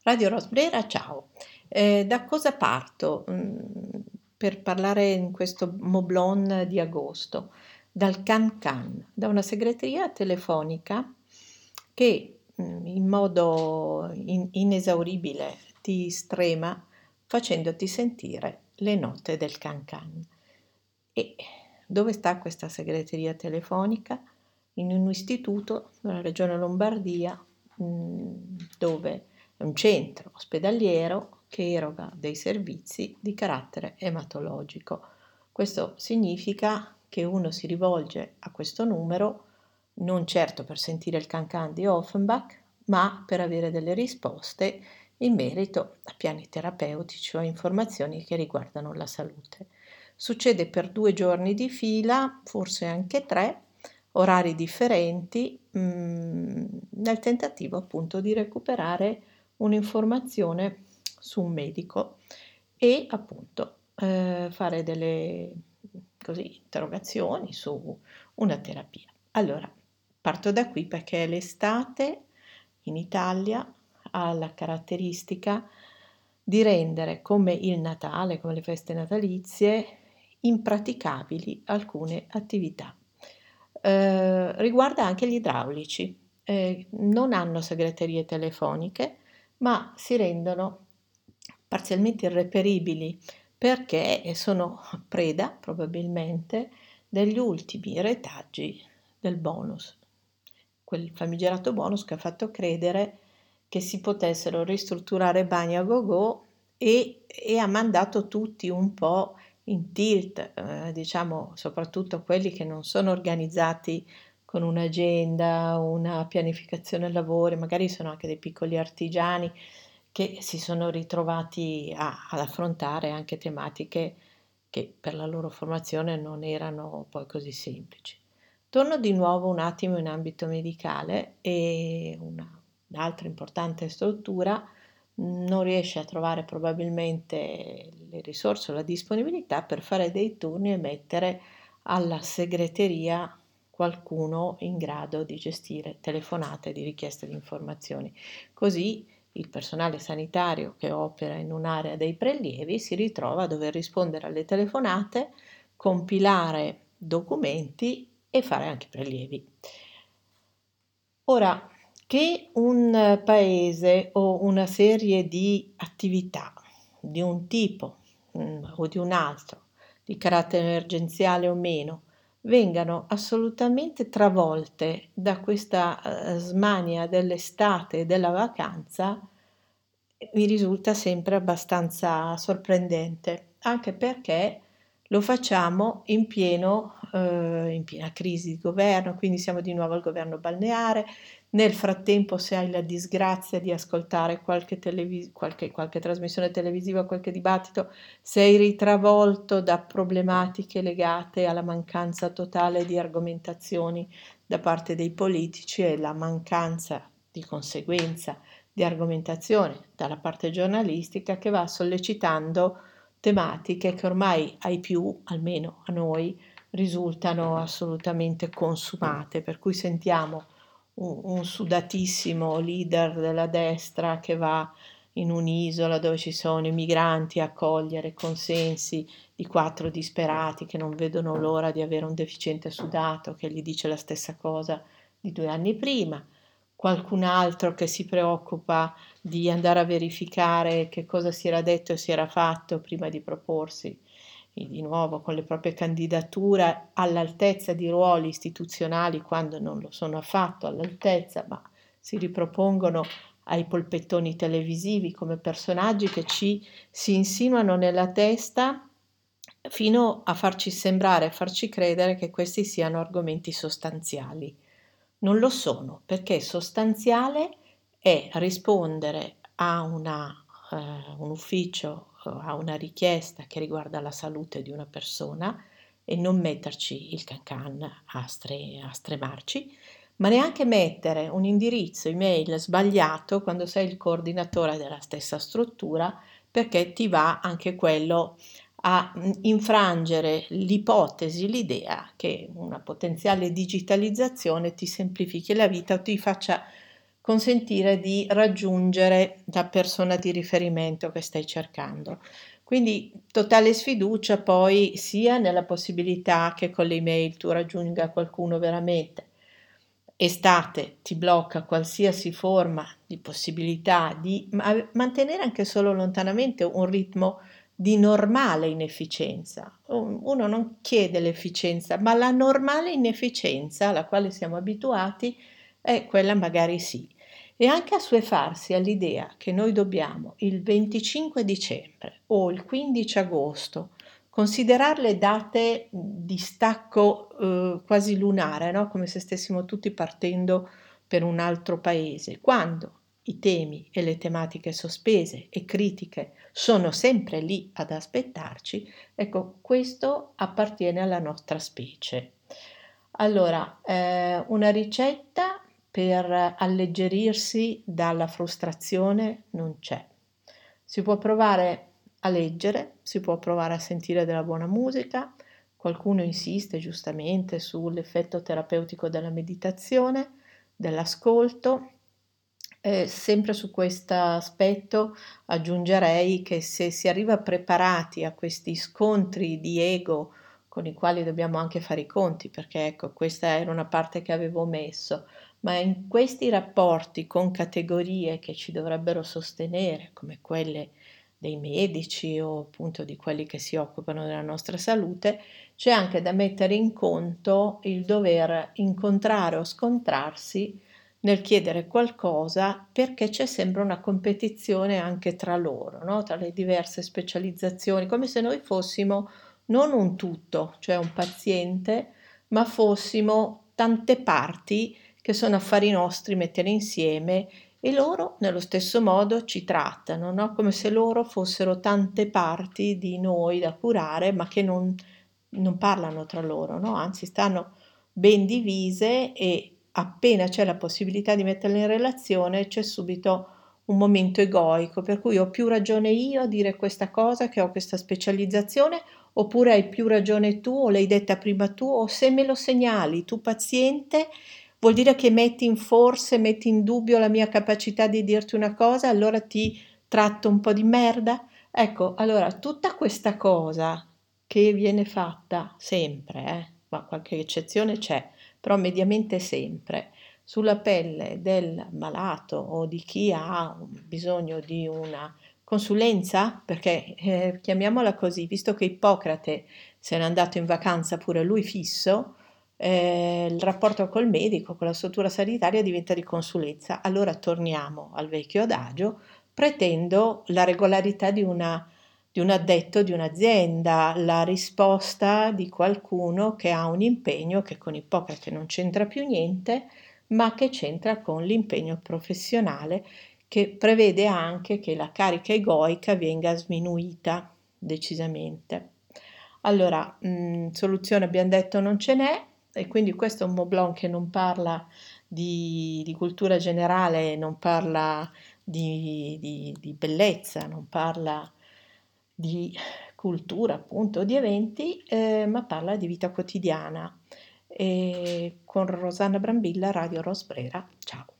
Radio Rosbrera, ciao. Da cosa parto? Per parlare in questo moblon di agosto? Dal can-can, da una segreteria telefonica che in modo inesauribile ti strema facendoti sentire le note del can-can. E dove sta questa segreteria telefonica? In un istituto nella regione Lombardia, dove è un centro ospedaliero che eroga dei servizi di carattere ematologico. Questo significa che uno si rivolge a questo numero non certo per sentire il cancan di Offenbach, ma per avere delle risposte in merito a piani terapeutici o a informazioni che riguardano la salute. Succede per 2 giorni di fila, forse anche 3, orari differenti, nel tentativo appunto di recuperare un'informazione su un medico e appunto fare delle così, interrogazioni su una terapia. Allora, parto da qui perché l'estate in Italia ha la caratteristica di rendere, come il Natale, come le feste natalizie, impraticabili alcune attività. Riguarda anche gli idraulici. Non hanno segreterie telefoniche, ma si rendono parzialmente irreperibili perché sono preda, probabilmente, degli ultimi retaggi del bonus. Quel famigerato bonus che ha fatto credere che si potessero ristrutturare bagni a go-go e ha mandato tutti un po' in tilt, diciamo soprattutto quelli che non sono organizzati con un'agenda, una pianificazione lavori, magari sono anche dei piccoli artigiani che si sono ritrovati ad affrontare anche tematiche che per la loro formazione non erano poi così semplici. Torno di nuovo un attimo in ambito medicale e un'altra importante struttura non riesce a trovare probabilmente le risorse o la disponibilità per fare dei turni e mettere alla segreteria qualcuno in grado di gestire telefonate di richieste di informazioni. Così il personale sanitario che opera in un'area dei prelievi si ritrova a dover rispondere alle telefonate, compilare documenti e fare anche prelievi. Ora, che un paese o una serie di attività di un tipo o di un altro, di carattere emergenziale o meno, vengano assolutamente travolte da questa smania dell'estate e della vacanza, mi risulta sempre abbastanza sorprendente, anche perché lo facciamo in piena crisi di governo, quindi siamo di nuovo al governo balneare. Nel frattempo, se hai la disgrazia di ascoltare qualche trasmissione televisiva, qualche dibattito, sei ritravolto da problematiche legate alla mancanza totale di argomentazioni da parte dei politici e la mancanza di conseguenza di argomentazione dalla parte giornalistica che va sollecitando tematiche che ormai ai più, almeno a noi, risultano assolutamente consumate, per cui sentiamo un sudatissimo leader della destra che va in un'isola dove ci sono i migranti a accogliere consensi di 4 disperati che non vedono l'ora di avere un deficiente sudato che gli dice la stessa cosa di 2 anni prima, qualcun altro che si preoccupa di andare a verificare che cosa si era detto e si era fatto prima di proporsi di nuovo con le proprie candidature all'altezza di ruoli istituzionali quando non lo sono affatto all'altezza, ma si ripropongono ai polpettoni televisivi come personaggi che ci si insinuano nella testa fino a farci sembrare, a farci credere che questi siano argomenti sostanziali. Non lo sono, perché sostanziale è rispondere a un ufficio, a una richiesta che riguarda la salute di una persona e non metterci il cancan a stremarci, ma neanche mettere un indirizzo email sbagliato quando sei il coordinatore della stessa struttura, perché ti va anche quello a infrangere l'ipotesi, l'idea che una potenziale digitalizzazione ti semplifichi la vita o ti faccia consentire di raggiungere la persona di riferimento che stai cercando. Quindi totale sfiducia poi sia nella possibilità che con le email tu raggiunga qualcuno veramente. Estate ti blocca qualsiasi forma di possibilità di mantenere anche solo lontanamente un ritmo di normale inefficienza. Uno non chiede l'efficienza, ma la normale inefficienza alla quale siamo abituati è quella magari sì. E anche assuefarsi all'idea che noi dobbiamo il 25 dicembre o il 15 agosto considerarle date di stacco quasi lunare, no? Come se stessimo tutti partendo per un altro paese, quando i temi e le tematiche sospese e critiche sono sempre lì ad aspettarci, ecco, questo appartiene alla nostra specie. Allora, una ricetta per alleggerirsi dalla frustrazione non c'è. Si può provare a leggere, si può provare a sentire della buona musica, qualcuno insiste giustamente sull'effetto terapeutico della meditazione, dell'ascolto. Sempre su questo aspetto aggiungerei che se si arriva preparati a questi scontri di ego con i quali dobbiamo anche fare i conti, perché ecco, questa era una parte che avevo messo, ma in questi rapporti con categorie che ci dovrebbero sostenere, come quelle dei medici o appunto di quelli che si occupano della nostra salute, c'è anche da mettere in conto il dover incontrare o scontrarsi nel chiedere qualcosa perché c'è sempre una competizione anche tra loro, no? Tra le diverse specializzazioni, come se noi fossimo non un tutto, cioè un paziente, ma fossimo tante parti che sono affari nostri mettere insieme e loro nello stesso modo ci trattano, no? Come se loro fossero tante parti di noi da curare, ma che non parlano tra loro, no? Anzi, stanno ben divise e appena c'è la possibilità di metterle in relazione c'è subito un momento egoico, per cui ho più ragione io a dire questa cosa che ho questa specializzazione, oppure hai più ragione tu o l'hai detta prima tu, o se me lo segnali tu paziente vuol dire che metti in forse, metti in dubbio la mia capacità di dirti una cosa, allora ti tratto un po' di merda. Ecco, allora tutta questa cosa che viene fatta sempre, ma qualche eccezione c'è, però mediamente sempre, sulla pelle del malato o di chi ha bisogno di una consulenza, perché chiamiamola così, visto che Ippocrate se n'è andato in vacanza pure lui fisso, il rapporto col medico, con la struttura sanitaria diventa di consulenza. Allora torniamo al vecchio adagio, pretendo la regolarità di un addetto di un'azienda, la risposta di qualcuno che ha un impegno che con Ippocrate non c'entra più niente, ma che c'entra con l'impegno professionale che prevede anche che la carica egoica venga sminuita decisamente. Allora, soluzione abbiamo detto non ce n'è e quindi questo è un Moblon che non parla di cultura generale, non parla di bellezza, non parla di cultura appunto, di eventi, ma parla di vita quotidiana. E con Rosanna Brambilla, Radio Rosbrera, ciao.